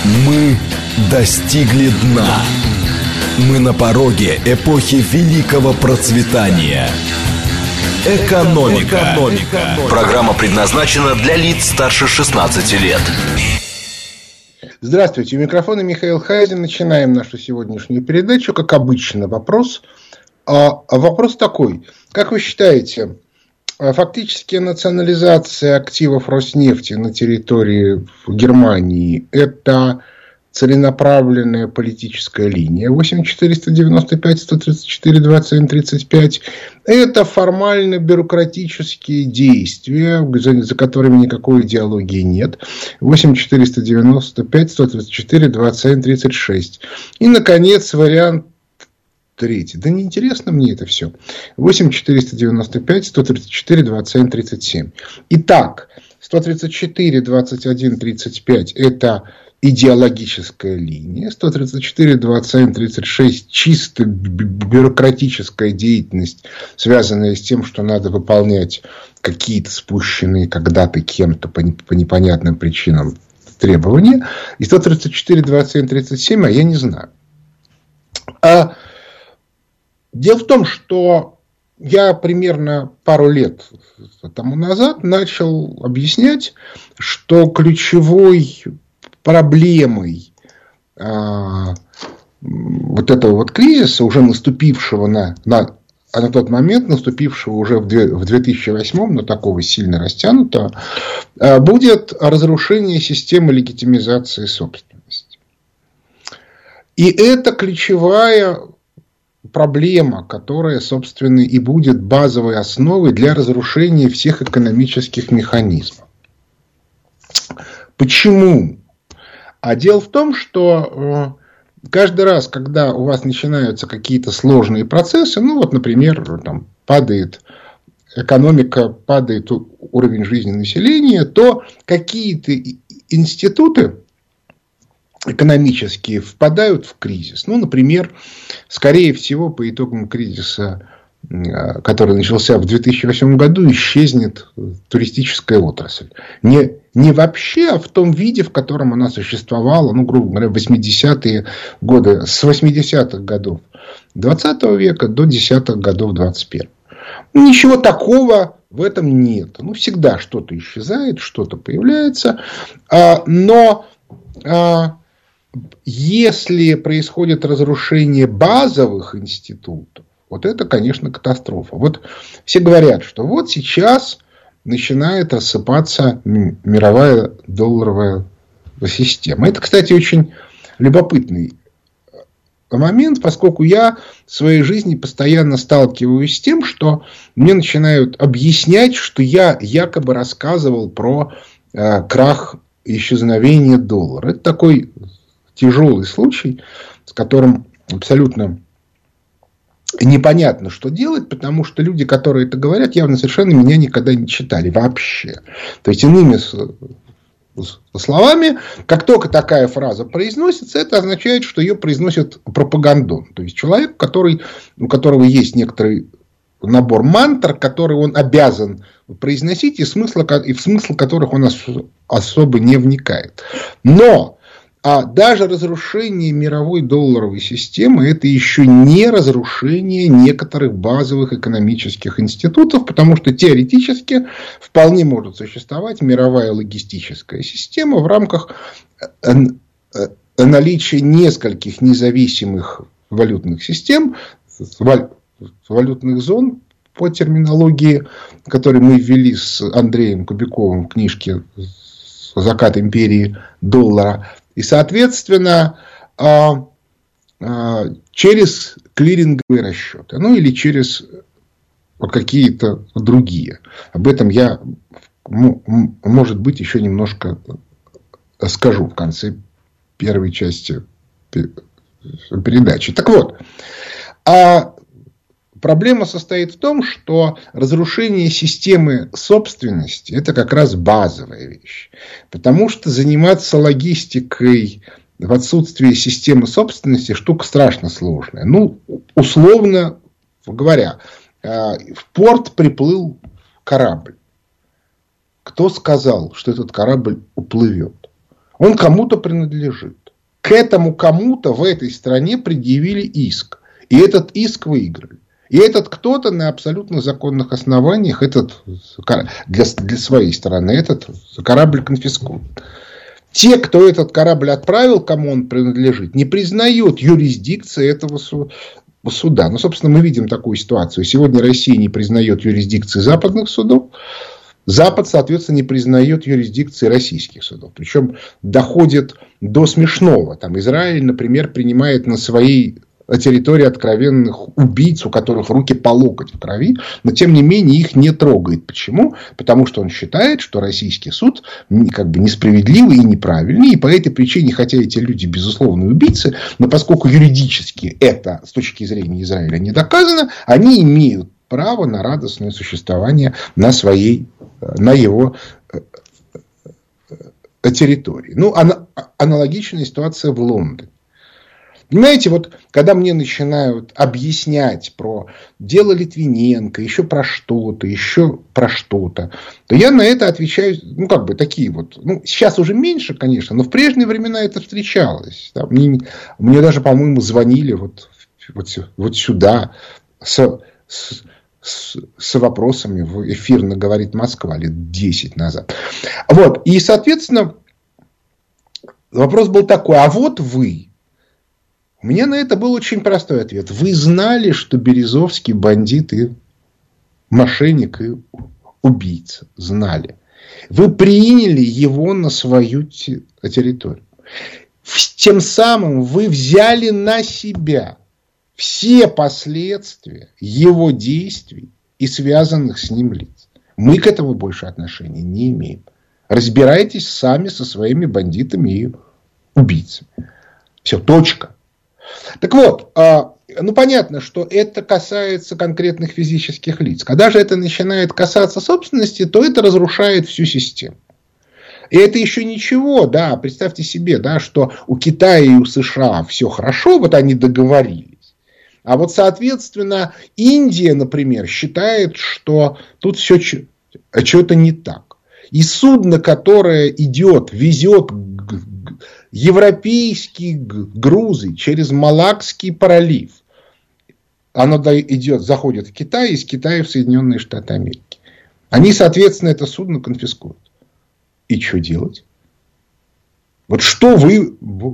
Мы достигли дна. Мы на пороге эпохи великого процветания. Экономика. Программа предназначена для лиц старше 16 лет. Здравствуйте, у микрофона Михаил Хазин. Начинаем нашу сегодняшнюю передачу. Как обычно, вопрос. Вопрос такой. Как вы считаете, фактически национализация активов Роснефти на территории Германии – это целенаправленная политическая линия 8-495-134-21-35. Это формально бюрократические действия, за которыми никакой идеологии нет. 8-495-134-21-36. И, наконец, вариант третий. Да неинтересно мне это все. 8-495-134-21-37. Итак, 134-21-35 это идеологическая линия. 134-21-36 чисто бюрократическая деятельность, связанная с тем, что надо выполнять какие-то спущенные когда-то кем-то по непонятным причинам требования. И 134-21-37, а я не знаю. Дело в том, что я примерно пару лет тому назад начал объяснять, что ключевой проблемой вот этого вот кризиса, уже наступившего на тот момент, наступившего уже в 2008, но такого сильно растянутого, будет разрушение системы легитимизации собственности. И это ключевая проблема, которая, собственно, и будет базовой основой для разрушения всех экономических механизмов. Почему? А дело в том, что каждый раз, когда у вас начинаются какие-то сложные процессы, ну вот, например, там падает экономика, падает уровень жизни населения, то какие-то институты экономические впадают в кризис. Ну, например, скорее всего, по итогам кризиса, который начался в 2008 году, исчезнет туристическая отрасль. Не вообще, а в том виде, в котором она существовала, ну, грубо говоря, в 80-е годы, с 80-х годов 20 века до 10-х годов 21. Ничего такого в этом нет. Ну, всегда что-то исчезает, что-то появляется. Но если происходит разрушение базовых институтов, вот это, конечно, катастрофа. Вот все говорят, что вот сейчас начинает рассыпаться мировая долларовая система. Это, кстати, очень любопытный момент, поскольку я в своей жизни постоянно сталкиваюсь с тем, что мне начинают объяснять, что я якобы рассказывал про крах и исчезновение доллара. Это такой тяжелый случай, с которым абсолютно непонятно, что делать, потому что люди, которые это говорят, явно совершенно меня никогда не читали вообще. То есть, иными словами, как только такая фраза произносится, это означает, что ее произносит пропагандон. То есть, человек, у которого есть некоторый набор мантр, который он обязан произносить, и в смысл которых он особо не вникает. Но даже разрушение мировой долларовой системы – это еще не разрушение некоторых базовых экономических институтов, потому что теоретически вполне может существовать мировая логистическая система в рамках наличия нескольких независимых валютных систем, валютных зон, по терминологии, которую мы ввели с Андреем Кубиковым в книжке «Закат империи доллара». И, соответственно, через клиринговые расчеты. Ну, или через какие-то другие. Об этом я, может быть, еще немножко скажу в конце первой части передачи. Так вот. Проблема состоит в том, что разрушение системы собственности – это как раз базовая вещь. Потому что заниматься логистикой в отсутствии системы собственности штука страшно сложная. Ну, условно говоря, в порт приплыл корабль. Кто сказал, что этот корабль уплывет? Он кому-то принадлежит. К этому кому-то в этой стране предъявили иск. И этот иск выиграли. И этот кто-то на абсолютно законных основаниях для своей стороны этот корабль конфискует. Те, кто этот корабль отправил, кому он принадлежит, не признают юрисдикции этого суда. Ну, собственно, мы видим такую ситуацию. Сегодня Россия не признает юрисдикции западных судов. Запад, соответственно, не признает юрисдикции российских судов. Причем доходит до смешного. Там Израиль, например, принимает на своей территории откровенных убийц, у которых руки по локоть в крови, но тем не менее их не трогает. Почему? Потому что он считает, что российский суд как бы несправедливый и неправильный, и по этой причине, хотя эти люди безусловно убийцы, но поскольку юридически это с точки зрения Израиля не доказано, они имеют право на радостное существование на его территории. Ну, аналогичная ситуация в Лондоне. Понимаете, вот когда мне начинают объяснять про дело Литвиненко, еще про что-то, то я на это отвечаю, ну, как бы такие вот. Ну, сейчас уже меньше, конечно, но в прежние времена это встречалось. Да, мне даже, по-моему, звонили вот сюда с вопросами в эфир на «Говорит Москва» лет 10 назад. Вот. И, соответственно, вопрос был такой: а вот вы. У меня на это был очень простой ответ. Вы знали, что Березовский бандит и мошенник и убийца? Знали. Вы приняли его на свою территорию. Тем самым вы взяли на себя все последствия его действий и связанных с ним лиц. Мы к этому больше отношения не имеем. Разбирайтесь сами со своими бандитами и убийцами. Все, точка. Так вот, ну понятно, что это касается конкретных физических лиц. Когда же это начинает касаться собственности, то это разрушает всю систему. И это еще ничего, да, представьте себе, да, что у Китая и у США все хорошо, вот они договорились. А вот, соответственно, Индия, например, считает, что тут все что-то не так. И судно, которое везет европейские грузы через Малакский пролив, оно заходит в Китай, из Китая в Соединенные Штаты Америки. Они, соответственно, это судно конфискуют. И что делать? Вот что вы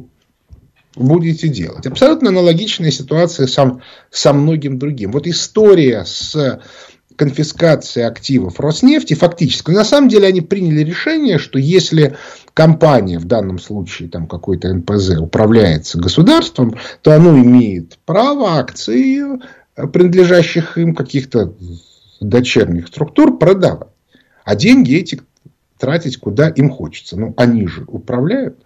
будете делать? Абсолютно аналогичная ситуация со многим другим. Вот история с конфискацией активов Роснефти фактически. На самом деле они приняли решение, что если компания, в данном случае там какой-то НПЗ, управляется государством, то оно имеет право акции, принадлежащих им каких-то дочерних структур, продавать. А деньги эти тратить куда им хочется. Ну, они же управляют.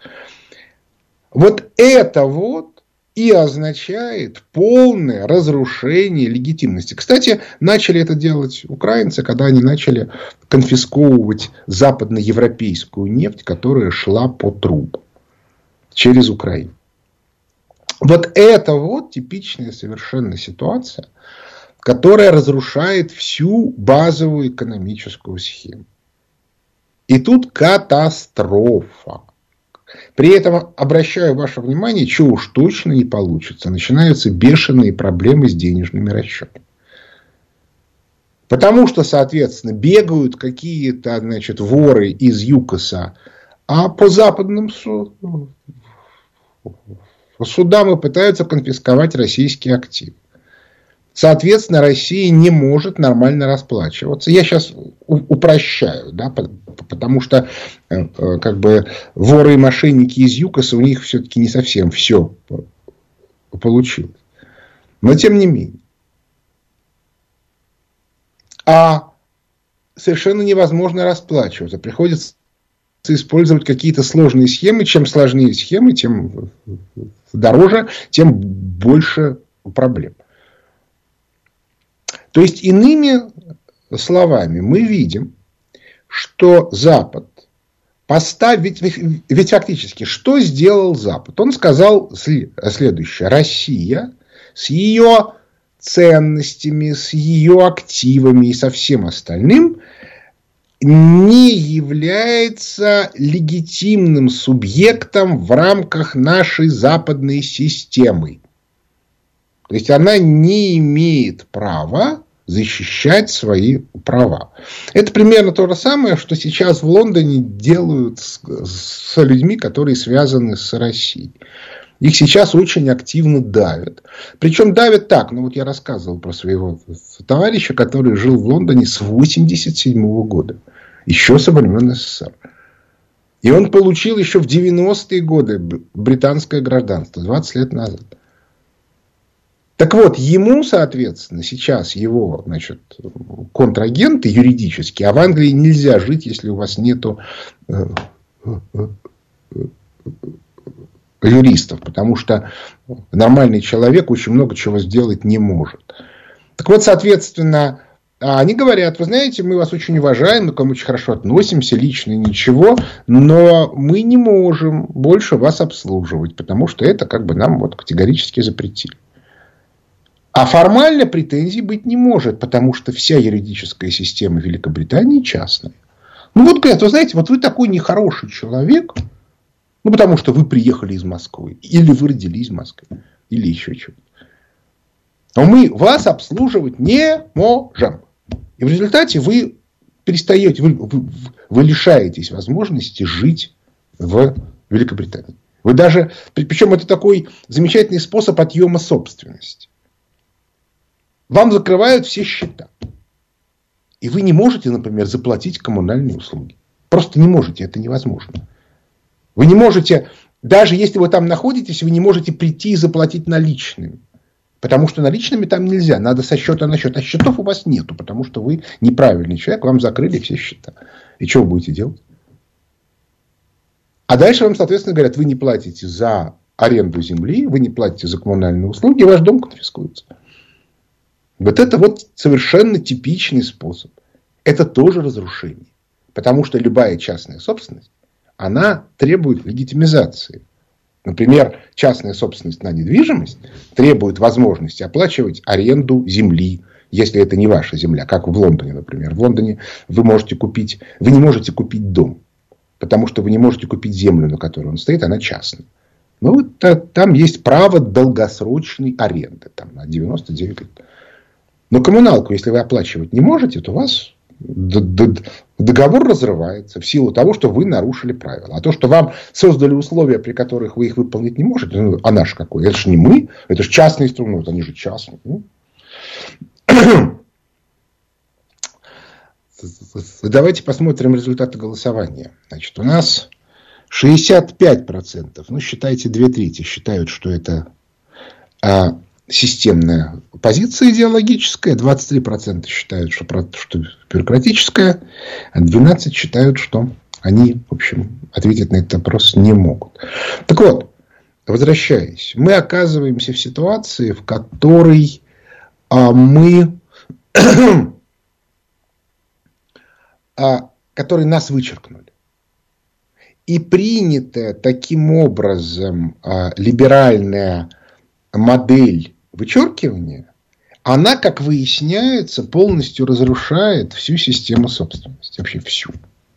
Вот это вот и означает полное разрушение легитимности. Кстати, начали это делать украинцы, когда они начали конфисковывать западноевропейскую нефть, которая шла по трубам через Украину. Вот это вот типичная совершенно ситуация, которая разрушает всю базовую экономическую схему. И тут катастрофа. При этом, обращаю ваше внимание, что уж точно не получится. Начинаются бешеные проблемы с денежными расчетами. Потому что, соответственно, бегают какие-то, значит, воры из ЮКОСа, а по западным судам и пытаются конфисковать российские активы. Соответственно, Россия не может нормально расплачиваться. Я сейчас упрощаю, да, потому что как бы воры и мошенники из ЮКОСа, у них все-таки не совсем все получилось. Но тем не менее. А совершенно невозможно расплачиваться. Приходится использовать какие-то сложные схемы. Чем сложнее схемы, тем дороже, тем больше проблем. То есть, иными словами, мы видим, что Запад ведь фактически, что сделал Запад? Он сказал следующее. Россия с ее ценностями, с ее активами и со всем остальным не является легитимным субъектом в рамках нашей западной системы. То есть она не имеет права защищать свои права. Это примерно то же самое, что сейчас в Лондоне делают с людьми, которые связаны с Россией. Их сейчас очень активно давят. Причем давят так. Ну, вот я рассказывал про своего товарища, который жил в Лондоне с 1987 года. Еще со времен СССР. И он получил еще в 90-е годы британское гражданство. 20 лет назад. Так вот, ему, соответственно, сейчас его, значит, контрагенты юридические, а в Англии нельзя жить, если у вас нету юристов, потому что нормальный человек очень много чего сделать не может. Так вот, соответственно, они говорят: вы знаете, мы вас очень уважаем, мы к вам очень хорошо относимся, лично ничего, но мы не можем больше вас обслуживать, потому что это как бы нам вот категорически запретили. А формально претензий быть не может, потому что вся юридическая система Великобритании частная. Ну вот говорят: вы знаете, вот вы такой нехороший человек, ну потому что вы приехали из Москвы, или вы родились в Москве, или еще чего-то. Но мы вас обслуживать не можем. И в результате вы перестаете, вы лишаетесь возможности жить в Великобритании. Вы даже, причем это такой замечательный способ отъема собственности. Вам закрывают все счета. И вы не можете, например, заплатить коммунальные услуги. Просто не можете, это невозможно. Вы не можете, даже если вы там находитесь, вы не можете прийти и заплатить наличными. Потому что наличными там нельзя. Надо со счета на счет. А счетов у вас нету, потому что вы неправильный человек. Вам закрыли все счета. И что вы будете делать? А дальше вам, соответственно, говорят: вы не платите за аренду земли, вы не платите за коммунальные услуги, и ваш дом конфискуется. Вот это вот совершенно типичный способ. Это тоже разрушение. Потому что любая частная собственность, она требует легитимизации. Например, частная собственность на недвижимость требует возможности оплачивать аренду земли, если это не ваша земля, как в Лондоне, например. В Лондоне вы не можете купить дом, потому что вы не можете купить землю, на которой он стоит, она частная. Ну, там есть право долгосрочной аренды, там, на 99 лет. Но коммуналку, если вы оплачивать не можете, то у вас договор разрывается в силу того, что вы нарушили правила. А то, что вам создали условия, при которых вы их выполнить не можете, ну, а наш какой? Это же не мы, это же частные инструменты, они же частные. Давайте посмотрим результаты голосования. Значит, у нас 65%, ну, считайте 2/3, считают, что это системная позиция идеологическая, 23% считают, что бюрократическая, а 12% считают, что они, в общем, ответить на этот вопрос не могут. Так вот, возвращаясь, мы оказываемся в ситуации, в которой которые нас вычеркнули. И принятая таким образом либеральная модель вычеркивания, она, как выясняется, полностью разрушает всю систему собственности. Вообще всю.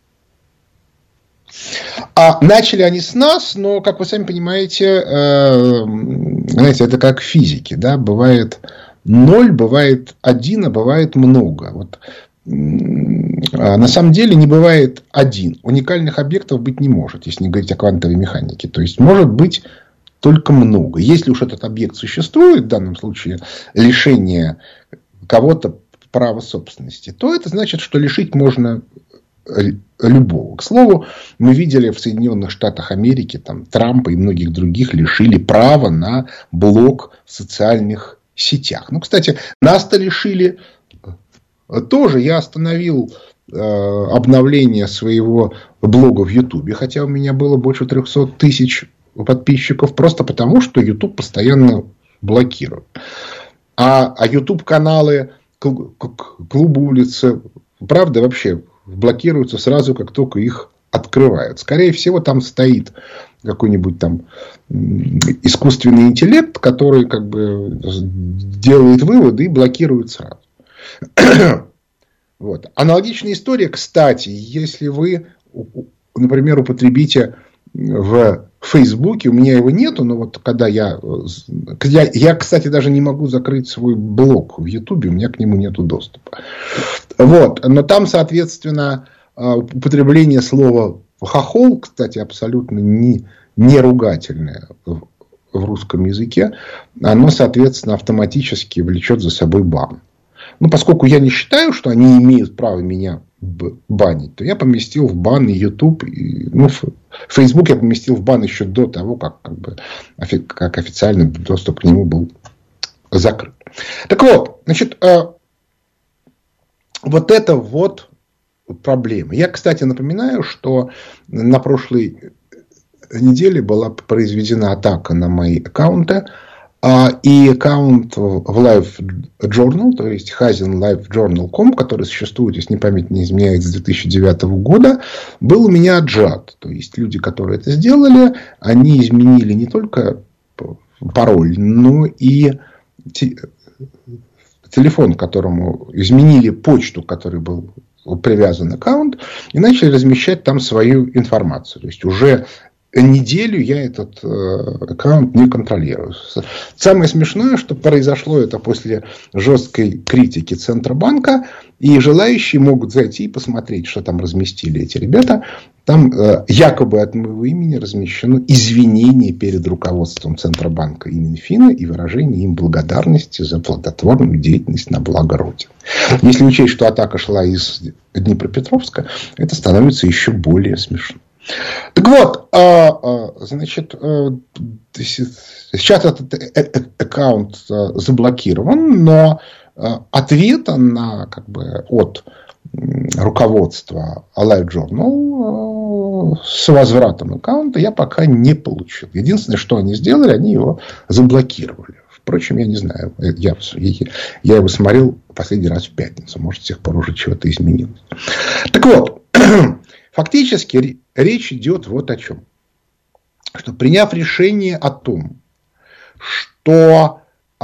Начали они с нас, но, как вы сами понимаете, знаете, это как в физике. Да? Бывает 0, бывает 1, а бывает много. Вот. На самом деле не бывает 1. Уникальных объектов быть не может, если не говорить о квантовой механике. То есть может быть только много. Если уж этот объект существует, в данном случае лишение кого-то права собственности, то это значит, что лишить можно любого. К слову, мы видели в Соединенных Штатах Америки, там, Трампа и многих других лишили права на блог в социальных сетях. Ну, кстати, нас-то лишили тоже. Я остановил обновление своего блога в Ютубе, хотя у меня было больше 300 тысяч подписчиков, просто потому, что YouTube постоянно блокирует. А YouTube каналы Клуба улицы, правда, вообще блокируются сразу, как только их открывают. Скорее всего, там стоит какой-нибудь там искусственный интеллект, который как бы делает выводы и блокирует сразу. Вот. Аналогичная история, кстати, если вы, например, употребите в Фейсбуке, у меня его нету, но вот когда я, кстати, даже не могу закрыть свой блог в Ютубе, у меня к нему нету доступа. Вот. Но там, соответственно, употребление слова хохол, кстати, абсолютно не ругательное в русском языке, оно, соответственно, автоматически влечет за собой бан. Ну, поскольку я не считаю, что они имеют право меня банить, то я поместил в бан и YouTube, Facebook я поместил в бан еще до того, как официальный доступ к нему был закрыт. Так вот, значит, вот это вот проблема. Я, кстати, напоминаю, что на прошлой неделе была произведена атака на мои аккаунты. И аккаунт в Live Journal, то есть hazenlivejournal.com, который существует, если память не изменяет, с 2009 года, был у меня отжат. То есть люди, которые это сделали, они изменили не только пароль, но и телефон, к которому изменили почту, к которой был привязан аккаунт, и начали размещать там свою информацию. То есть уже неделю я этот аккаунт не контролирую. Самое смешное, что произошло это после жесткой критики Центробанка. И желающие могут зайти и посмотреть, что там разместили эти ребята. Там якобы от моего имени размещено извинение перед руководством Центробанка и Минфина и выражение им благодарности за плодотворную деятельность на благо Родины. Если учесть, что атака шла из Днепропетровска, это становится еще более смешно. Так вот, значит, сейчас этот аккаунт заблокирован, но ответа от руководства Live Journal с возвратом аккаунта я пока не получил. Единственное, что они сделали, они его заблокировали. Впрочем, я не знаю. Я его смотрел последний раз в пятницу. Может, с тех пор уже чего-то изменилось. Так вот, фактически речь идет вот о чем. Что приняв решение о том, что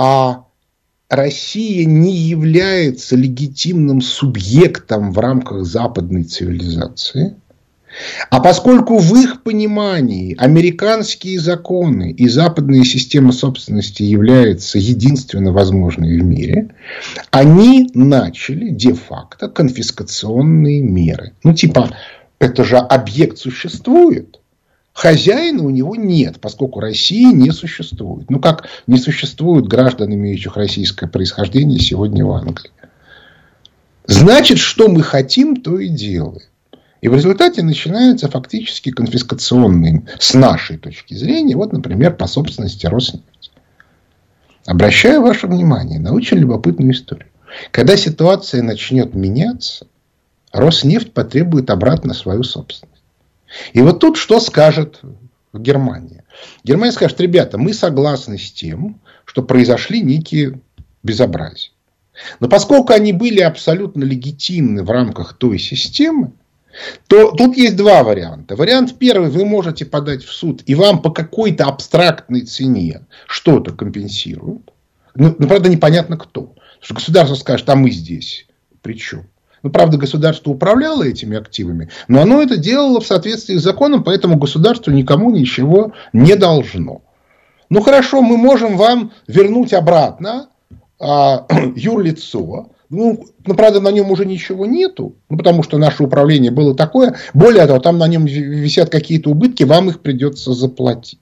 Россия не является легитимным субъектом в рамках западной цивилизации, а поскольку в их понимании американские законы и западная система собственности являются единственно возможной в мире, они начали де-факто конфискационные меры. Это же объект существует, хозяина у него нет, поскольку России не существует. Как не существуют граждан, имеющих российское происхождение, сегодня в Англии. Значит, что мы хотим, то и делаем. И в результате начинаются фактически конфискационные, с нашей точки зрения, например, по собственности Роснефти. Обращаю ваше внимание на очень любопытную историю. Когда ситуация начнет меняться, Роснефть потребует обратно свою собственность. И вот тут что скажет Германия? Германия скажет: ребята, мы согласны с тем, что произошли некие безобразия. Но поскольку они были абсолютно легитимны в рамках той системы, то тут есть два варианта. Вариант первый: вы можете подать в суд, и вам по какой-то абстрактной цене что-то компенсируют. Правда, непонятно кто. Потому что государство скажет: а мы здесь при чем? Правда, государство управляло этими активами, но оно это делало в соответствии с законом, поэтому государство никому ничего не должно. Хорошо, мы можем вам вернуть обратно юрлицо. Правда, на нем уже ничего нету, потому что наше управление было такое. Более того, там на нем висят какие-то убытки, вам их придется заплатить.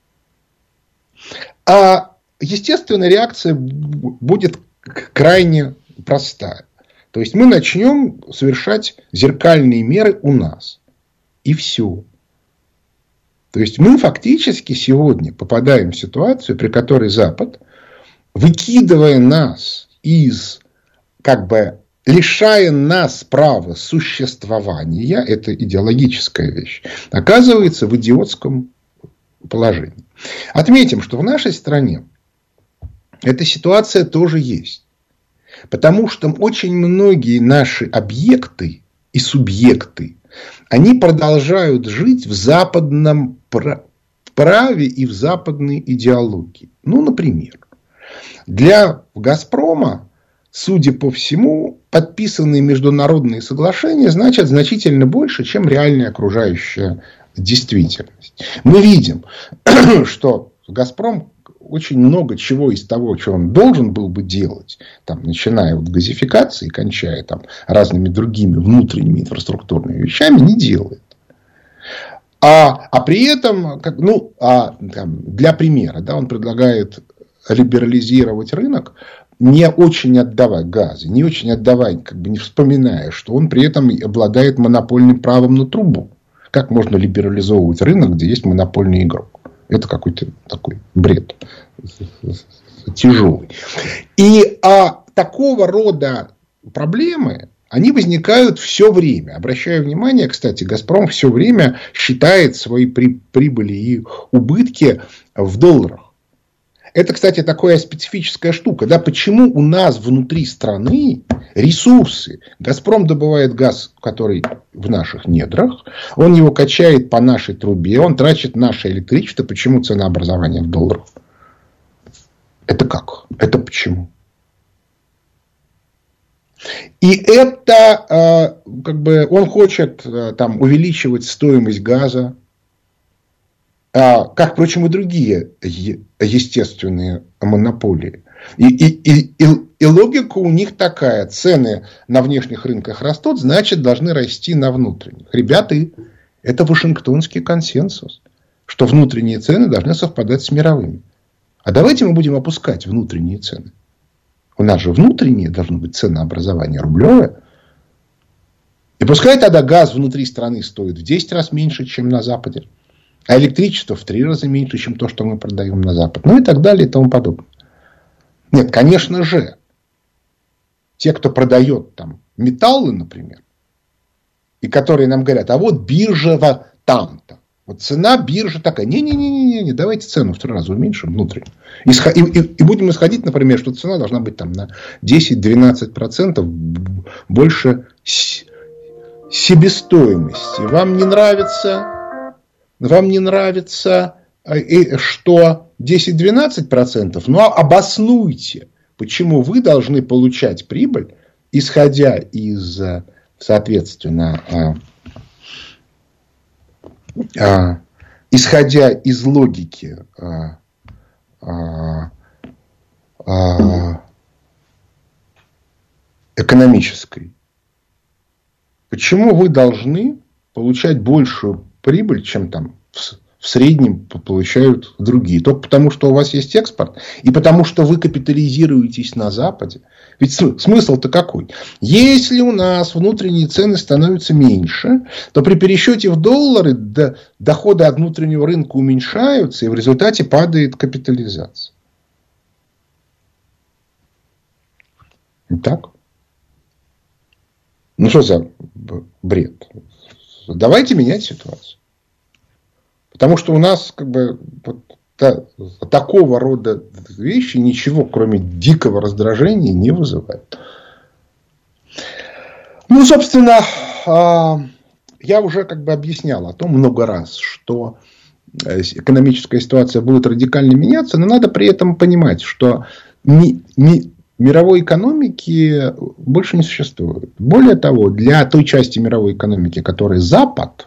Естественно, реакция будет крайне простая. То есть, мы начнем совершать зеркальные меры у нас. И все. То есть, мы фактически сегодня попадаем в ситуацию, при которой Запад, выкидывая нас лишая нас права существования, это идеологическая вещь, оказывается в идиотском положении. Отметим, что в нашей стране эта ситуация тоже есть. Потому что очень многие наши объекты и субъекты, они продолжают жить в западном праве и в западной идеологии. Например, для «Газпрома», судя по всему, подписанные международные соглашения значат значительно больше, чем реальная окружающая действительность. Мы видим, что «Газпром» очень много чего из того, что он должен был бы делать, там, начиная от газификации, кончая там, разными другими внутренними инфраструктурными вещами, не делает. А при этом, для примера, да, он предлагает либерализировать рынок, не очень отдавая газы, не очень отдавая, не вспоминая, что он при этом обладает монопольным правом на трубу. Как можно либерализовывать рынок, где есть монопольный игрок? Это какой-то такой бред тяжелый. И такого рода проблемы, они возникают все время. Обращаю внимание, кстати, «Газпром» все время считает свои прибыли и убытки в долларах. Это, кстати, такая специфическая штука. Да? Почему у нас внутри страны ресурсы? «Газпром» добывает газ, который в наших недрах. Он его качает по нашей трубе. Он тратит наше электричество. Почему ценообразование в долларах? Это как? Это почему? И это, он хочет там увеличивать стоимость газа, как, впрочем, и другие естественные монополии. И логика у них такая. Цены на внешних рынках растут, значит, должны расти на внутренних. Ребята, это Вашингтонский консенсус, что внутренние цены должны совпадать с мировыми. А давайте мы будем опускать внутренние цены. У нас же внутренние должно быть ценообразование рублевое. И пускай тогда газ внутри страны стоит в 10 раз меньше, чем на Западе. А электричество в 3 раза меньше, чем то, что мы продаем на Запад. Ну и так далее и тому подобное. Нет, конечно же, те, кто продает там металлы, например, и которые нам говорят, а вот биржа там-то. Вот цена биржи такая. Не, давайте цену в 3 раза уменьшим внутренне. И будем исходить, например, что цена должна быть там на 10-12% больше себестоимости. Вам не нравится, что 10-12%? Ну, обоснуйте, почему вы должны получать прибыль, исходя из, соответственно, исходя из логики экономической. Почему вы должны получать большую прибыль, чем там в среднем получают другие? Только потому, что у вас есть экспорт, и потому, что вы капитализируетесь на Западе. Ведь смысл-то какой? Если у нас внутренние цены становятся меньше, то при пересчете в доллары доходы от внутреннего рынка уменьшаются, и в результате падает капитализация. Итак, ну что за бред? Давайте менять ситуацию. Потому что у нас такого рода вещи ничего, кроме дикого раздражения, не вызывают. Ну, собственно, я уже объяснял о том много раз, что экономическая ситуация будет радикально меняться, но надо при этом понимать, что мировой экономики больше не существует. Более того, для той части мировой экономики, которая Запад,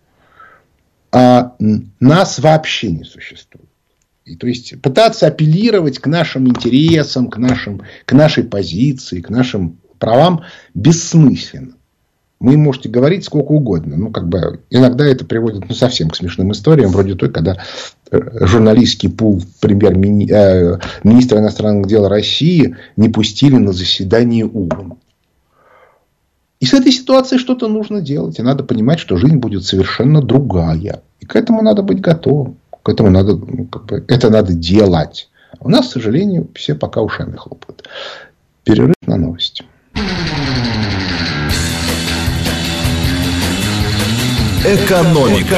нас вообще не существует. И, то есть пытаться апеллировать к нашим интересам, к нашей позиции, к нашим правам бессмысленно. Вы можете говорить сколько угодно. Иногда это приводит совсем к смешным историям, вроде той, когда журналистский пул министра иностранных дел России не пустили на заседание ООН. И с этой ситуацией что-то нужно делать. И надо понимать, что жизнь будет совершенно другая. И к этому надо быть готовым. К этому надо, это надо делать. А у нас, к сожалению, все пока ушами хлопают. Перерыв на новости. Экономика.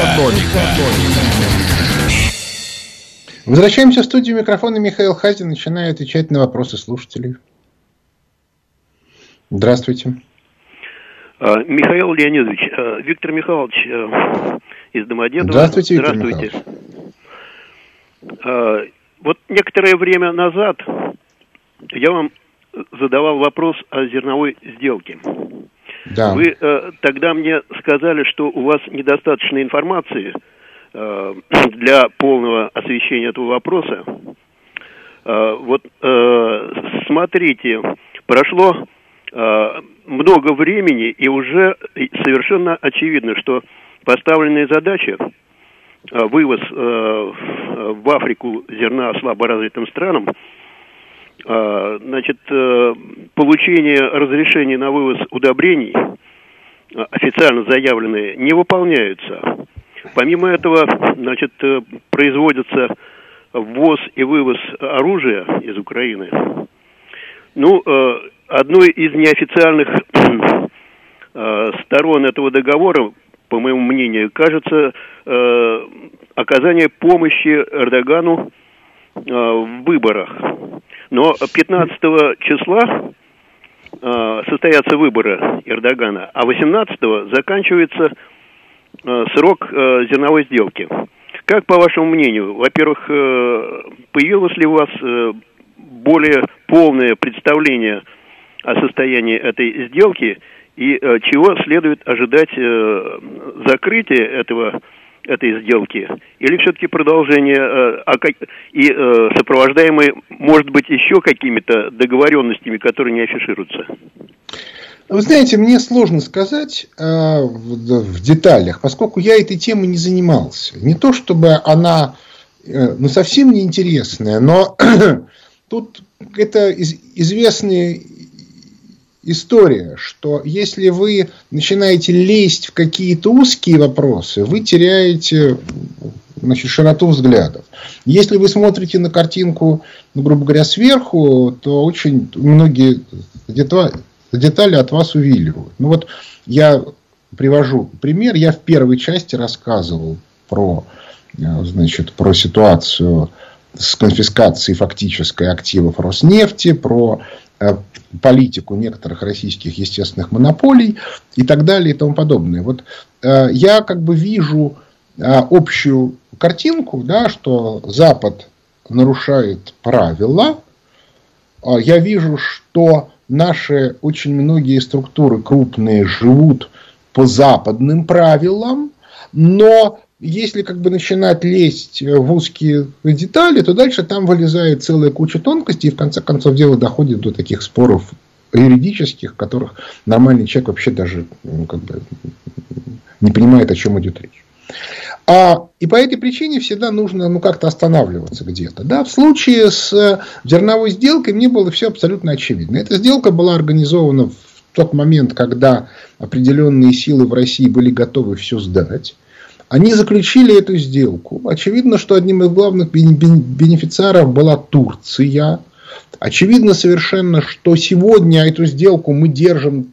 Возвращаемся в студию. Микрофона Михаил Хазин. Начинаю отвечать на вопросы слушателей. Здравствуйте. Михаил Леонидович, Виктор Михайлович из Домодедово. Здравствуйте, Виктор Михайлович. Вот некоторое время назад я вам задавал вопрос о зерновой сделке. Да. Вы тогда мне сказали, что у вас недостаточно информации для полного освещения этого вопроса. Вот смотрите, прошло много времени, и уже совершенно очевидно, что поставленная задача вывоз в Африку зерна слаборазвитым странам, значит, получение разрешений на вывоз удобрений, официально заявленные, не выполняются. Помимо этого, значит, производится ввоз и вывоз оружия из Украины. Ну, одной из неофициальных сторон этого договора, по моему мнению, кажется оказание помощи Эрдогану в выборах. Но 15 числа состоятся выборы Эрдогана, а 18-го заканчивается срок зерновой сделки. Как, по вашему мнению, во-первых, появилось ли у вас более полное представление о состоянии этой сделки и чего следует ожидать закрытия этой сделки, или все-таки продолжение и сопровождаемые, может быть, еще какими-то договоренностями, которые не афишируются? Вы знаете, мне сложно сказать в деталях, поскольку я этой темой не занимался. Не то, чтобы она совсем не интересная, но тут это известная история, что если вы начинаете лезть в какие-то узкие вопросы, вы теряете, значит, широту взглядов. Если вы смотрите на картинку, грубо говоря, сверху, то очень многие детали от вас увиливают. Ну вот я привожу пример. Я в первой части рассказывал про ситуацию с конфискацией фактической активов Роснефти, про политику некоторых российских естественных монополий и так далее и тому подобное. Вот я вижу общую картинку, да, что Запад нарушает правила. Я вижу, что наши очень многие структуры крупные живут по западным правилам, но если начинать лезть в узкие детали, то дальше там вылезает целая куча тонкостей, и в конце концов дело доходит до таких споров юридических, в которых нормальный человек вообще даже не понимает, о чем идет речь. И по этой причине всегда нужно как-то останавливаться где-то. Да? В случае с зерновой сделкой мне было все абсолютно очевидно. Эта сделка была организована в тот момент, когда определенные силы в России были готовы все сдать. Они заключили эту сделку. Очевидно, что одним из главных бенефициаров была Турция. Очевидно совершенно, что сегодня эту сделку мы держим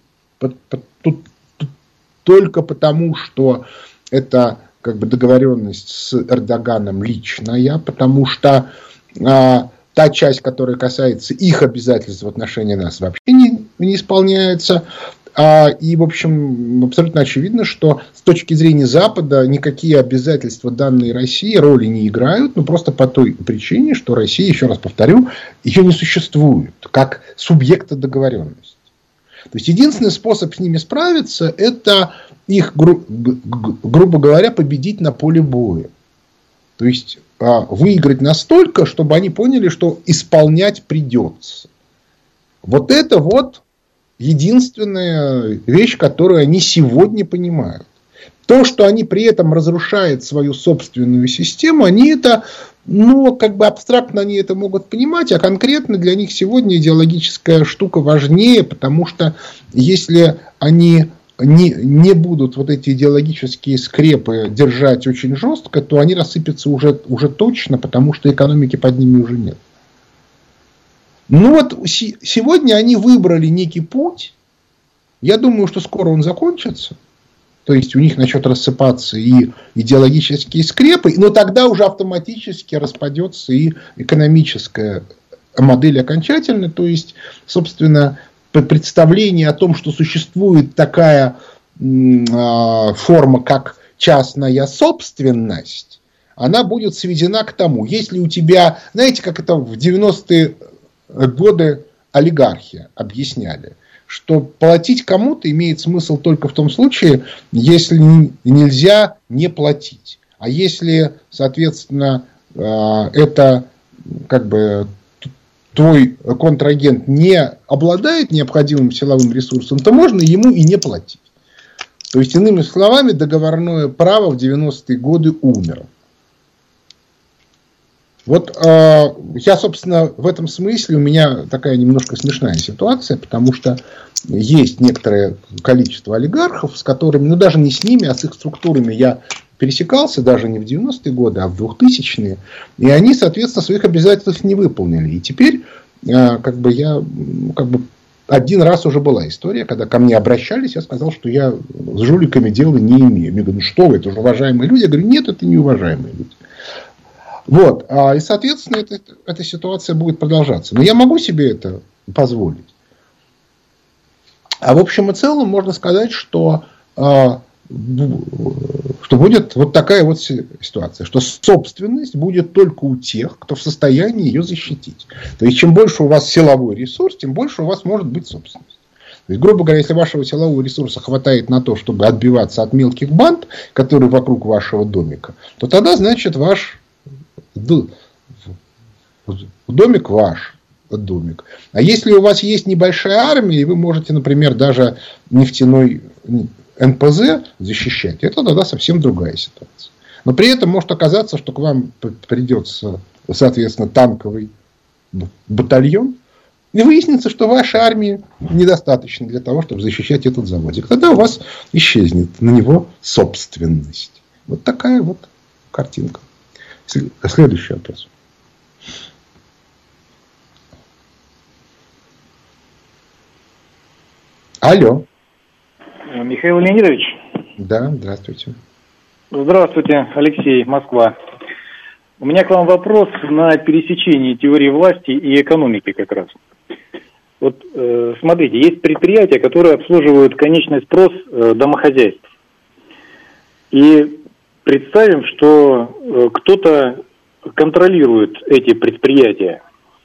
только потому, что это договоренность с Эрдоганом личная, потому что та часть, которая касается их обязательств в отношении нас, вообще не исполняется. И, в общем, абсолютно очевидно, что с точки зрения Запада никакие обязательства данной России роли не играют, просто по той причине, что Россия, еще раз повторю, ее не существует как субъекта договоренности. То есть единственный способ с ними справиться — это их, грубо говоря, победить на поле боя. То есть выиграть настолько, чтобы они поняли, что исполнять придется. Вот это единственная вещь, которую они сегодня понимают. То, что они при этом разрушают свою собственную систему, они это, абстрактно они это могут понимать, а конкретно для них сегодня идеологическая штука важнее, потому что если они не будут эти идеологические скрепы держать очень жестко, то они рассыпятся уже точно, потому что экономики под ними уже нет. Сегодня они выбрали некий путь. Я думаю, что скоро он закончится. То есть у них начнут рассыпаться и идеологические скрепы, но тогда уже автоматически распадется и экономическая модель окончательно. То есть, собственно, представление о том, что существует такая форма, как частная собственность, она будет сведена к тому, если у тебя, знаете, как это в 90-е годы олигархи объясняли, что платить кому-то имеет смысл только в том случае, если нельзя не платить. А если, соответственно, это как бы твой контрагент не обладает необходимым силовым ресурсом, то можно ему и не платить. То есть, иными словами, договорное право в 90-е годы умерло. Вот я, собственно, в этом смысле у меня такая немножко смешная ситуация, потому что есть некоторое количество олигархов, с которыми, ну даже не с ними, а с их структурами я пересекался, даже не в 90-е годы, а в 2000-е, и они, соответственно, своих обязательств не выполнили. И теперь один раз уже была история, когда ко мне обращались, я сказал, что я с жуликами дела не имею. Мне говорят, ну что вы, это же уважаемые люди. Я говорю, нет, это не уважаемые люди. Вот. И, соответственно, эта ситуация будет продолжаться. Но я могу себе это позволить. А в общем и целом можно сказать, что будет вот такая вот ситуация, что собственность будет только у тех, кто в состоянии ее защитить. То есть, чем больше у вас силовой ресурс, тем больше у вас может быть собственность. То есть, грубо говоря, если вашего силового ресурса хватает на то, чтобы отбиваться от мелких банд, которые вокруг вашего домика, то тогда, значит, ваш домик ваш домик. А если у вас есть небольшая армия, и вы можете, например, даже нефтяной НПЗ защищать, это тогда совсем другая ситуация. Но при этом может оказаться, что к вам придется, соответственно, танковый батальон, и выяснится, что вашей армии недостаточно для того, чтобы защищать этот заводик. Тогда у вас исчезнет на него собственность. Вот такая вот картинка. Следующий вопрос. Алло. Михаил Леонидович? Да, здравствуйте. Здравствуйте, Алексей, Москва. У меня к вам вопрос на пересечении теории власти и экономики как раз. Вот смотрите, есть предприятия, которые обслуживают конечный спрос домохозяйств. И представим, что кто-то контролирует эти предприятия.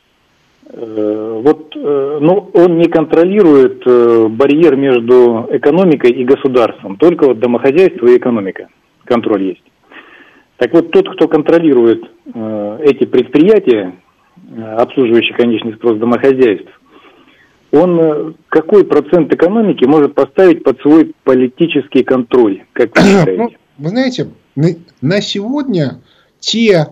Но он не контролирует барьер между экономикой и государством. Только вот домохозяйство и экономика. Контроль есть. Так вот, тот, кто контролирует эти предприятия, обслуживающие конечный спрос домохозяйств, он какой процент экономики может поставить под свой политический контроль? Как вы считаете? Вы знаете, на сегодня те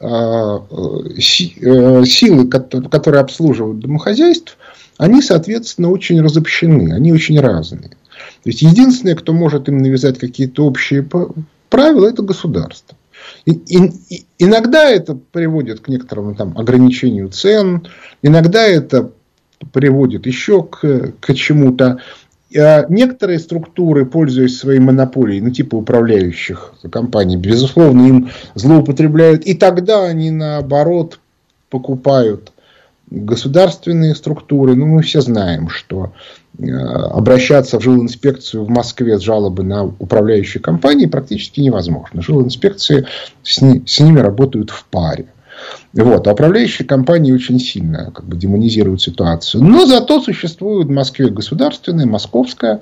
силы, которые обслуживают домохозяйств, они, соответственно, очень разобщены, они очень разные. То есть, единственное, кто может им навязать какие-то общие правила, это государство. Иногда это приводит к некоторому ограничению цен, иногда это приводит еще к чему-то. Некоторые структуры, пользуясь своей монополией, типа управляющих компаний, безусловно, им злоупотребляют. И тогда они, наоборот, покупают государственные структуры. Мы все знаем, что обращаться в жилинспекцию в Москве с жалобой на управляющие компании практически невозможно. Жилинспекции с ними работают в паре. Вот. А управляющие компании очень сильно демонизируют ситуацию. Но зато существует в Москве государственное, московское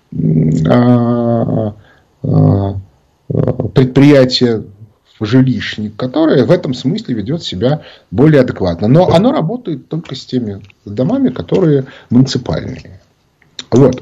предприятие жилищник, которое в этом смысле ведет себя более адекватно. Но оно работает только с теми домами, которые муниципальные. Вот.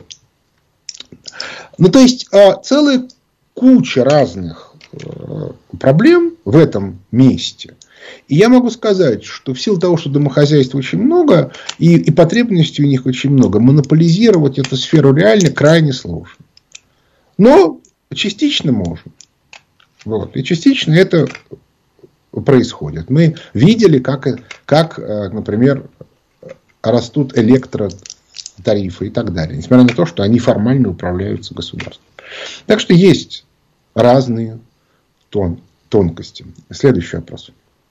То есть, целая куча разных проблем в этом месте. И я могу сказать, что в силу того, что домохозяйств очень много, и потребностей у них очень много, монополизировать эту сферу реально крайне сложно. Но частично можем. Вот. И частично это происходит. Мы видели, как, например, растут электротарифы и так далее. Несмотря на то, что они формально управляются государством. Так что есть разные тонкости. Следующий вопрос.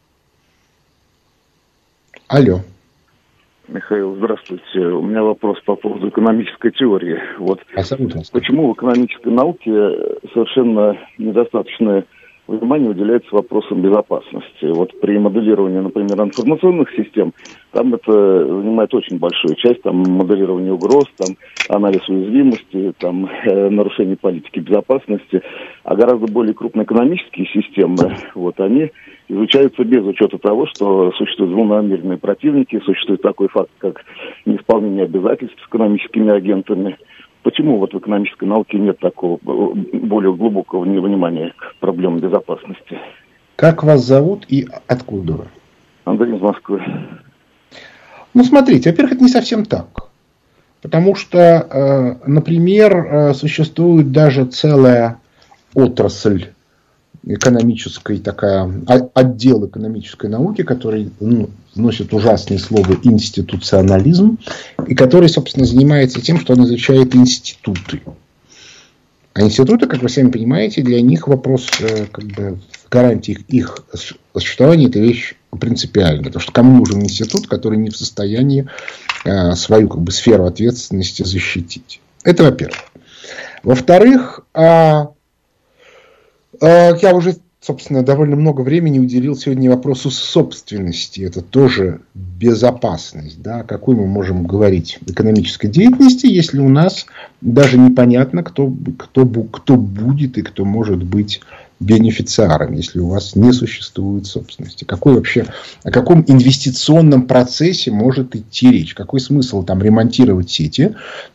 Алло. Михаил, здравствуйте. У меня вопрос по поводу экономической теории. Почему в экономической науке совершенно недостаточно внимание уделяется вопросам безопасности. Вот при моделировании, например, информационных систем, там это занимает очень большую часть, там моделирование угроз, там анализ уязвимости, там нарушение политики безопасности, а гораздо более крупные экономические системы, вот, они изучаются без учета того, что существуют злонамеренные противники, существует такой факт, как неисполнение обязательств экономическими агентами. Почему вот в экономической науке нет такого более глубокого внимания к проблемам безопасности? Как вас зовут и откуда вы? Андрей из Москвы. Ну, смотрите, во-первых, это не совсем так. Потому что, например, существует даже целая отрасль экономической, такая, отдел экономической науки, который носит ужасное слово институционализм, и который, собственно, занимается тем, что он изучает институты. А институты, как вы сами понимаете, для них вопрос гарантии их существования – это вещь принципиальная. Потому что кому нужен институт, который не в состоянии свою сферу ответственности защитить. Это во-первых. Во-вторых, я уже, собственно, довольно много времени уделил сегодня вопросу собственности. Это тоже безопасность. Да? О какой мы можем говорить экономической деятельности, если у нас даже непонятно, кто будет и кто может быть бенефициаром, если у вас не существует собственности. О каком инвестиционном процессе может идти речь? Какой смысл там ремонтировать сети,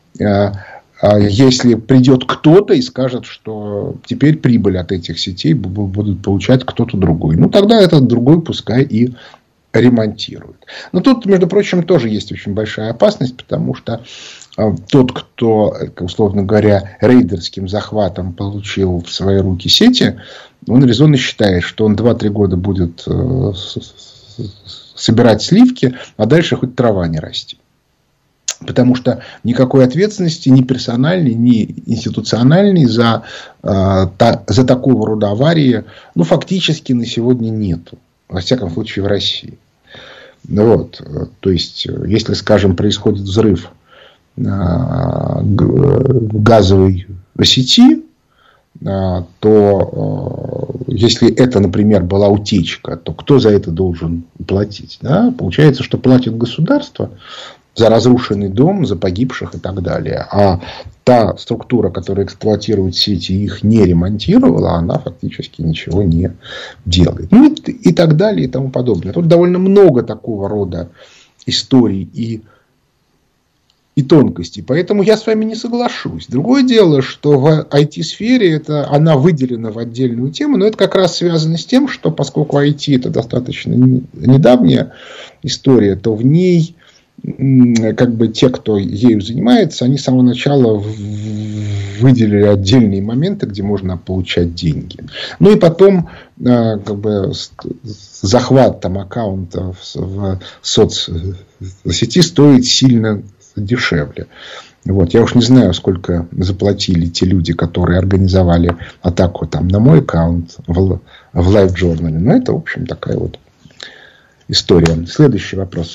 если придет кто-то и скажет, что теперь прибыль от этих сетей будут получать кто-то другой. Ну, тогда этот другой пускай и ремонтирует. Но тут, между прочим, тоже есть очень большая опасность, потому что тот, кто, условно говоря, рейдерским захватом получил в свои руки сети, он резонно считает, что он 2-3 года будет собирать сливки, а дальше хоть трава не расти. Потому что никакой ответственности ни персональной, ни институциональной за такого рода аварии фактически на сегодня нету. Во всяком случае в России. Вот. То есть, если, скажем, происходит взрыв газовой сети, то если это, например, была утечка, то кто за это должен платить? Да? Получается, что платит государство за разрушенный дом, за погибших и так далее. А та структура, которая эксплуатирует сети и их не ремонтировала, она фактически ничего не делает. Ну и так далее и тому подобное. Тут довольно много такого рода историй и тонкостей. Поэтому я с вами не соглашусь. Другое дело, что в IT-сфере она выделена в отдельную тему, но это как раз связано с тем, что поскольку IT это достаточно недавняя история, то в ней те, кто ею занимается, они с самого начала выделили отдельные моменты, где можно получать деньги. Ну и потом захват аккаунтов в соцсети стоит сильно дешевле. Вот. Я уж не знаю, сколько заплатили те люди, которые организовали атаку на мой аккаунт в LiveJournal. Но это, в общем, такая вот история. Следующий вопрос.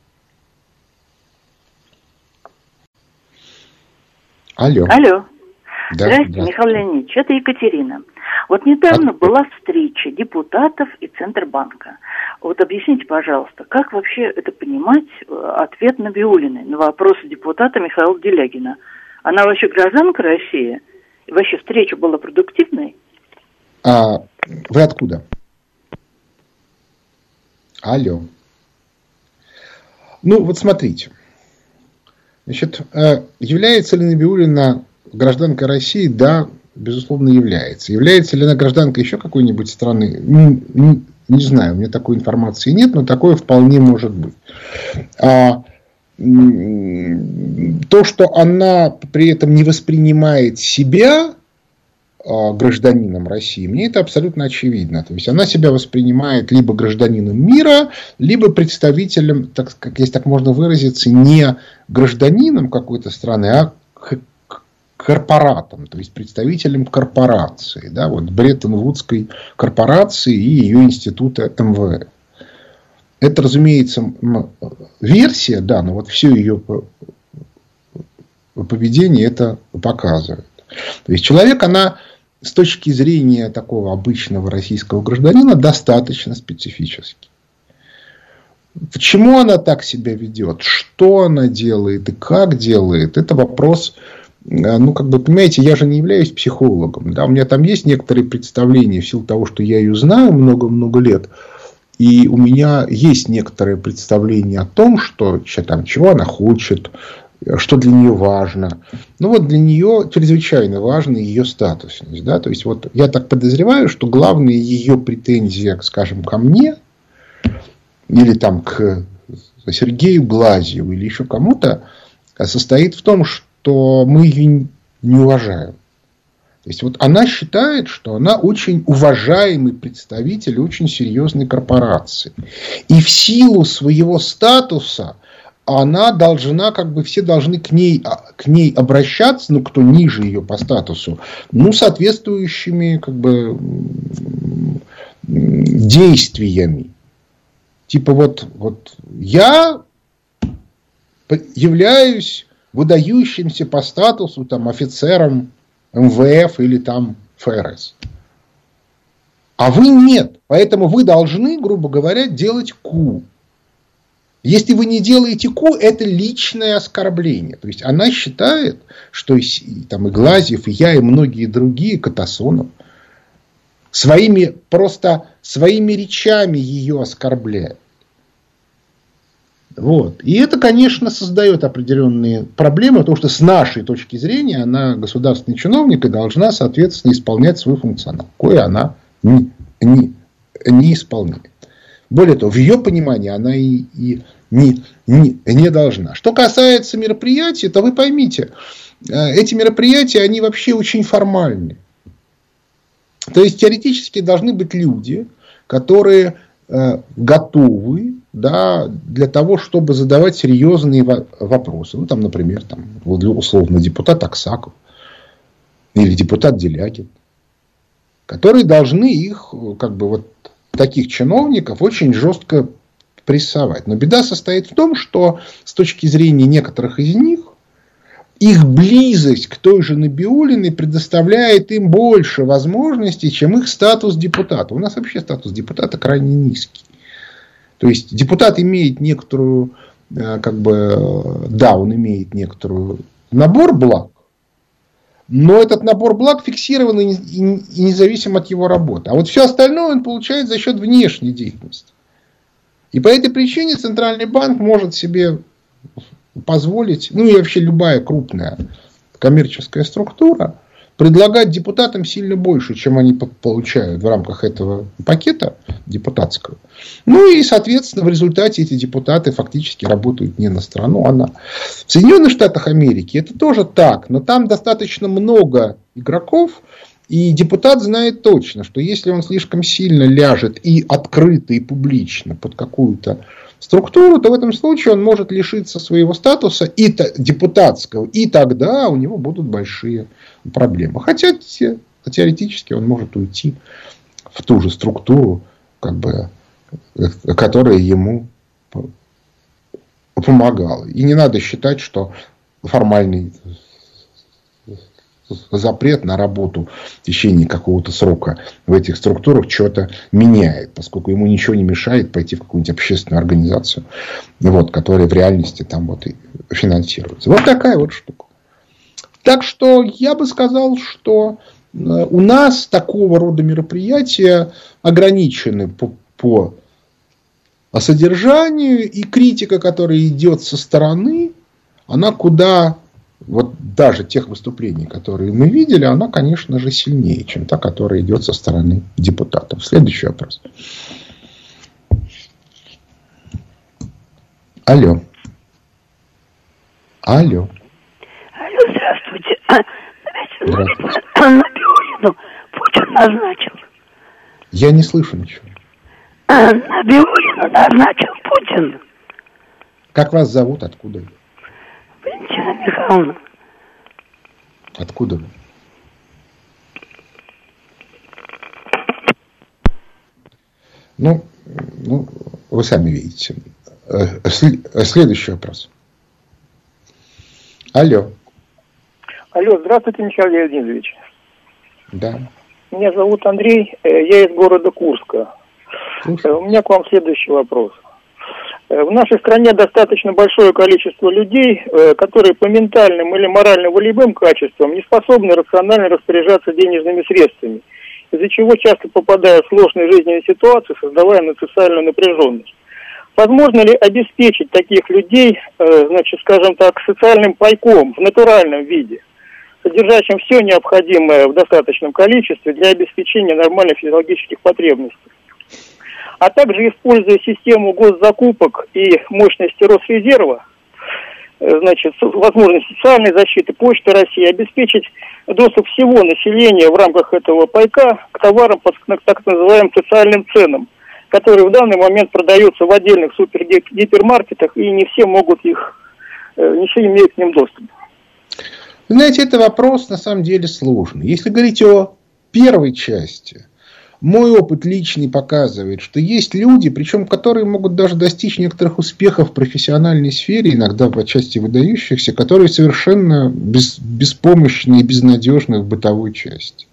Алло. Да, здравствуйте, Михаил Леонидович, это Екатерина. Вот недавно была встреча депутатов и Центробанка. Вот объясните, пожалуйста, как вообще это понимать, ответ Набиуллиной на вопросы депутата Михаила Делягина? Она вообще гражданка России? И вообще встреча была продуктивной? Вы откуда? Алло. Ну, вот смотрите. Значит, является ли Набиуллина гражданкой России? Да, безусловно, является. Является ли она гражданкой еще какой-нибудь страны? Не знаю, у меня такой информации нет, но такое вполне может быть. То, что она при этом не воспринимает себя гражданином России, мне это абсолютно очевидно. То есть она себя воспринимает либо гражданином мира, либо представителем, если так можно выразиться, не гражданином какой-то страны, а корпоратом, то есть представителем корпорации, да, вот Бреттон-Вудской корпорации и ее института МВФ. Это, разумеется, версия, да, но вот все ее поведение это показывает. То есть человек, она с точки зрения такого обычного российского гражданина достаточно специфический. Почему она так себя ведет, что она делает и как делает, это вопрос, понимаете, я же не являюсь психологом, да, у меня там есть некоторые представления в силу того, что я ее знаю много-много лет, и у меня есть некоторое представление о том, чего она хочет, что для нее важно. Для нее чрезвычайно важна ее статусность. Да? То есть, я так подозреваю, что главная ее претензия, скажем, ко мне, или к Сергею Глазьеву, или еще кому-то, состоит в том, что мы ее не уважаем. То есть, она считает, что она очень уважаемый представитель очень серьезной корпорации. И в силу своего статуса она должна, все должны к ней обращаться, кто ниже ее по статусу, соответствующими, действиями. Я являюсь выдающимся по статусу офицером МВФ или ФРС. А вы нет. Поэтому вы должны, грубо говоря, делать ку. Если вы не делаете ку, это личное оскорбление. То есть, она считает, что и Глазьев, и я, и многие другие, Катасонов, своими речами ее оскорбляют. И это, конечно, создает определенные проблемы, потому что с нашей точки зрения она государственный чиновник и должна, соответственно, исполнять свой функционал, кое она не исполняет. Более того, в ее понимании она и не должна. Что касается мероприятий, то вы поймите, эти мероприятия, они вообще очень формальны. То есть, теоретически должны быть люди, которые готовы, да, для того, чтобы задавать серьезные вопросы. Например, условно, депутат Аксаков или депутат Делягин, которые должны их, таких чиновников очень жестко прессовать. Но беда состоит в том, что с точки зрения некоторых из них, их близость к той же Набиуллиной предоставляет им больше возможностей, чем их статус депутата. У нас вообще статус депутата крайне низкий. То есть, депутат имеет некоторую, он имеет некоторую набор благ, но этот набор благ фиксирован и независим от его работы. А все остальное он получает за счет внешней деятельности. И по этой причине Центральный банк может себе позволить, и вообще любая крупная коммерческая структура, предлагать депутатам сильно больше, чем они получают в рамках этого пакета депутатского. И, соответственно, в результате эти депутаты фактически работают не на страну, а на... В Соединенных Штатах Америки это тоже так, но там достаточно много игроков, и депутат знает точно, что если он слишком сильно ляжет и открыто, и публично под какую-то структуру, то в этом случае он может лишиться своего статуса депутатского, и тогда у него будут большие проблемы. Хотя теоретически он может уйти в ту же структуру, которая ему помогала. И не надо считать, что формальный запрет на работу в течение какого-то срока в этих структурах что-то меняет, поскольку ему ничего не мешает пойти в какую-нибудь общественную организацию, которая в реальности и финансируется. Такая штука. Так что я бы сказал, что у нас такого рода мероприятия ограничены по содержанию, и критика, которая идет со стороны, она куда... даже тех выступлений, которые мы видели, она, конечно же, сильнее, чем та, которая идет со стороны депутатов. Следующий вопрос. Алло. Здравствуйте. Набиуллину Путин назначил. Я не слышу ничего. Набиуллину назначил Путин. Как вас зовут? Откуда? Валентина Михайловна. Откуда вы? Вы сами видите. Следующий вопрос. Алло. Здравствуйте, Михаил Леонидович. Да. Меня зовут Андрей, я из города Курска. У меня к вам следующий вопрос. В нашей стране достаточно большое количество людей, которые по ментальным или морально-волевым качествам не способны рационально распоряжаться денежными средствами, из-за чего часто попадают в сложные жизненные ситуации, создавая социальную напряженность. Возможно ли обеспечить таких людей, скажем так, социальным пайком в натуральном виде, содержащим все необходимое в достаточном количестве для обеспечения нормальных физиологических потребностей? А также, используя систему госзакупок и мощности Росрезерва, возможность социальной защиты, Почты России, обеспечить доступ всего населения в рамках этого пайка к товарам по так называемым социальным ценам, которые в данный момент продаются в отдельных супергипермаркетах, и не все могут их, не все имеют к ним доступ. Знаете, это вопрос на самом деле сложный. Если говорить о первой части, мой опыт личный показывает, что есть люди, причем которые могут даже достичь некоторых успехов в профессиональной сфере, иногда в отчасти выдающихся, которые совершенно беспомощны и безнадежны в бытовой части.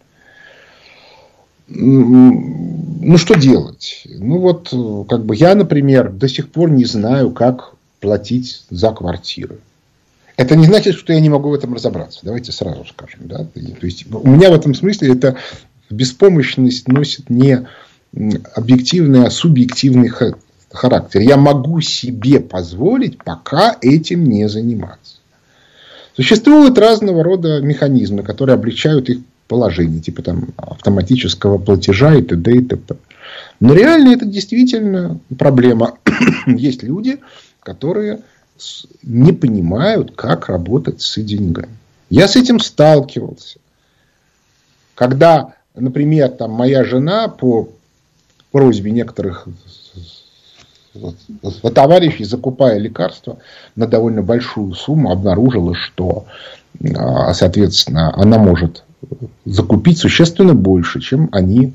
Ну, что делать? Я, например, до сих пор не знаю, как платить за квартиры. Это не значит, что я не могу в этом разобраться. Давайте сразу скажем. Да? То есть, у меня в этом смысле это беспомощность носит не объективный, а субъективный характер. Я могу себе позволить пока этим не заниматься. Существуют разного рода механизмы, которые облегчают их положение, типа автоматического платежа и т.д. и т.п. Но реально это действительно проблема. Есть люди, которые не понимают, как работать с деньгами. Я с этим сталкивался. Когда, например, моя жена по просьбе некоторых товарищей, закупая лекарства на довольно большую сумму, обнаружила, что, соответственно, она может закупить существенно больше, чем они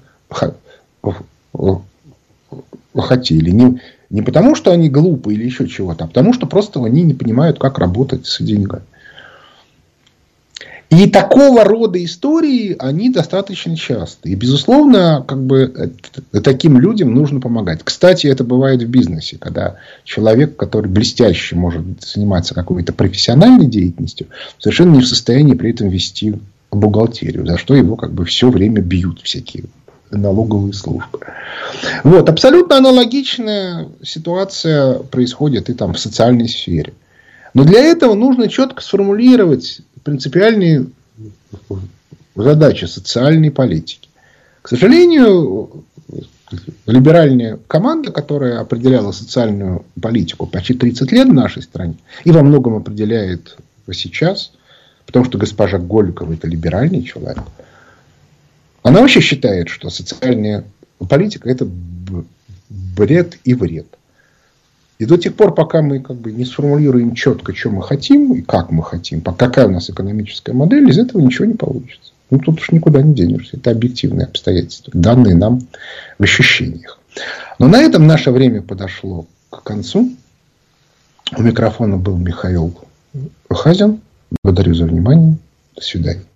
хотели. Не потому, что они глупы или еще чего-то, а потому, что просто они не понимают, как работать с деньгами. И такого рода истории, они достаточно часто. И, безусловно, таким людям нужно помогать. Кстати, это бывает в бизнесе, когда человек, который блестяще может заниматься какой-то профессиональной деятельностью, совершенно не в состоянии при этом вести бухгалтерию, за что его все время бьют всякие налоговые службы. Абсолютно аналогичная ситуация происходит и в социальной сфере. Но для этого нужно четко сформулировать принципиальные задачи социальной политики. К сожалению, либеральная команда, которая определяла социальную политику почти 30 лет в нашей стране, и во многом определяет сейчас, потому что госпожа Голикова – это либеральный человек, она вообще считает, что социальная политика – это бред и вред. И до тех пор, пока мы не сформулируем четко, что мы хотим и как мы хотим, какая у нас экономическая модель, из этого ничего не получится. Тут уж никуда не денешься. Это объективные обстоятельства, данные нам в ощущениях. Но на этом наше время подошло к концу. У микрофона был Михаил Хазин. Благодарю за внимание. До свидания.